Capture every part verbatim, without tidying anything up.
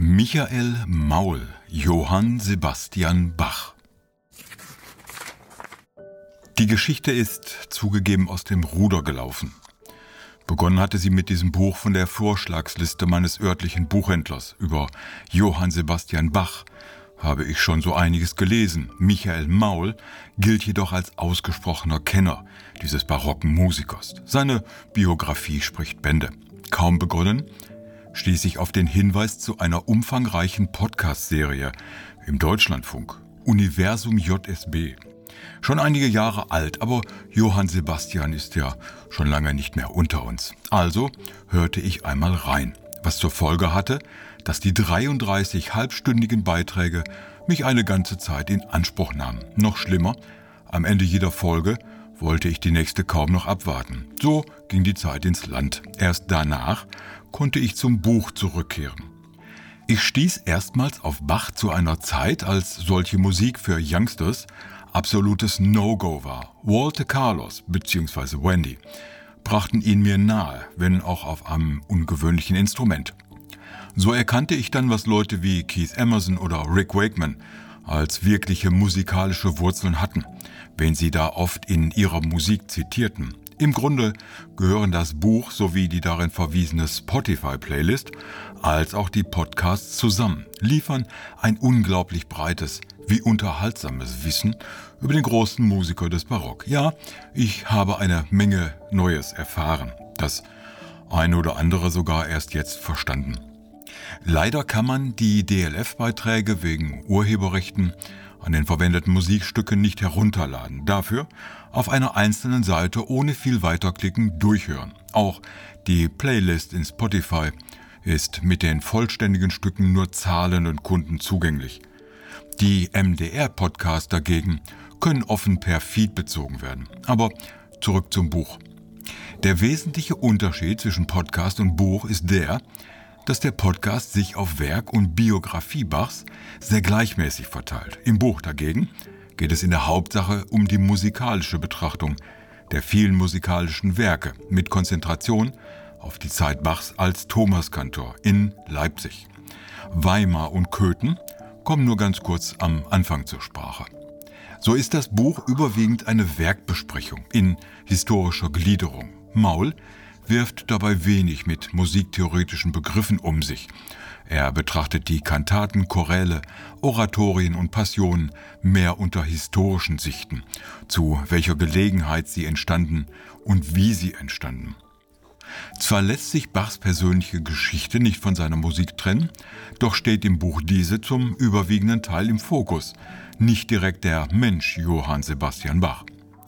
Michael Maul, Johann Sebastian Bach. Die Geschichte ist zugegeben aus dem Ruder gelaufen. Begonnen hatte sie mit diesem Buch von der Vorschlagsliste meines örtlichen Buchhändlers. Über Johann Sebastian Bach habe ich schon so einiges gelesen. Michael Maul gilt jedoch als ausgesprochener Kenner dieses barocken Musikers. Seine Biografie spricht Bände. Kaum begonnen, stieß ich auf den Hinweis zu einer umfangreichen Podcast-Serie im Deutschlandfunk. Universum J S B. Schon einige Jahre alt, aber Johann Sebastian ist ja schon lange nicht mehr unter uns. Also hörte ich einmal rein, was zur Folge hatte, dass die dreiunddreißig halbstündigen Beiträge mich eine ganze Zeit in Anspruch nahmen. Noch schlimmer, am Ende jeder Folge wollte ich die nächste kaum noch abwarten. So ging die Zeit ins Land. Erst danach konnte ich zum Buch zurückkehren. Ich stieß erstmals auf Bach zu einer Zeit, als solche Musik für Youngsters absolutes No-Go war. Walter Carlos bzw. Wendy brachten ihn mir nahe, wenn auch auf einem ungewöhnlichen Instrument. So erkannte ich dann, was Leute wie Keith Emerson oder Rick Wakeman als wirkliche musikalische Wurzeln hatten, wenn sie da oft in ihrer Musik zitierten. Im Grunde gehören das Buch sowie die darin verwiesene Spotify-Playlist als auch die Podcasts zusammen, liefern ein unglaublich breites wie unterhaltsames Wissen über den großen Musiker des Barock. Ja, ich habe eine Menge Neues erfahren, das eine oder andere sogar erst jetzt verstanden. Leider kann man die D L F-Beiträge wegen Urheberrechten an den verwendeten Musikstücken nicht herunterladen. Dafür auf einer einzelnen Seite ohne viel Weiterklicken durchhören. Auch die Playlist in Spotify ist mit den vollständigen Stücken nur zahlenden Kunden zugänglich. Die M D R-Podcasts dagegen können offen per Feed bezogen werden. Aber zurück zum Buch. Der wesentliche Unterschied zwischen Podcast und Buch ist der, dass der Podcast sich auf Werk und Biografie Bachs sehr gleichmäßig verteilt. Im Buch dagegen geht es in der Hauptsache um die musikalische Betrachtung der vielen musikalischen Werke mit Konzentration auf die Zeit Bachs als Thomaskantor in Leipzig. Weimar und Köthen kommen nur ganz kurz am Anfang zur Sprache. So ist das Buch überwiegend eine Werkbesprechung in historischer Gliederung. Maul wirft dabei wenig mit musiktheoretischen Begriffen um sich. Er betrachtet die Kantaten, Choräle, Oratorien und Passionen mehr unter historischen Sichten, zu welcher Gelegenheit sie entstanden und wie sie entstanden. Zwar lässt sich Bachs persönliche Geschichte nicht von seiner Musik trennen, doch steht im Buch diese zum überwiegenden Teil im Fokus, nicht direkt der Mensch Johann Sebastian Bach.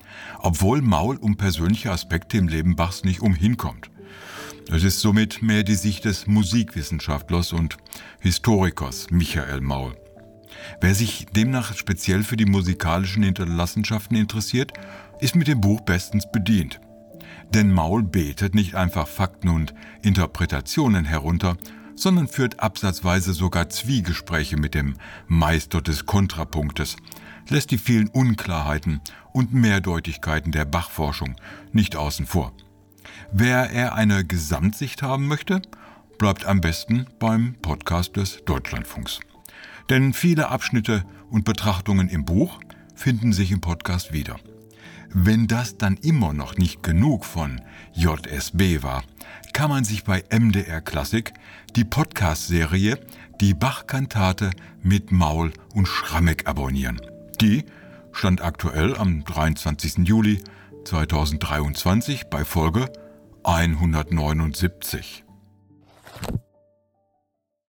Obwohl Maul um persönliche Aspekte im Leben Bachs nicht umhinkommt. Es ist somit mehr die Sicht des Musikwissenschaftlers und Historikers Michael Maul. Wer sich demnach speziell für die musikalischen Hinterlassenschaften interessiert, ist mit dem Buch bestens bedient. Denn Maul betet nicht einfach Fakten und Interpretationen herunter, sondern führt absatzweise sogar Zwiegespräche mit dem Meister des Kontrapunktes, lässt die vielen Unklarheiten und Mehrdeutigkeiten der Bachforschung nicht außen vor. Wer er eine Gesamtsicht haben möchte, bleibt am besten beim Podcast des Deutschlandfunks. Denn viele Abschnitte und Betrachtungen im Buch finden sich im Podcast wieder. Wenn das dann immer noch nicht genug von J S B war, kann man sich bei M D R Klassik die Podcast-Serie Die Bach-Kantate mit Maul und Schrammeck abonnieren. Die stand aktuell am dreiundzwanzigsten Juli zweitausenddreiundzwanzig bei Folge hundertneunundsiebzig.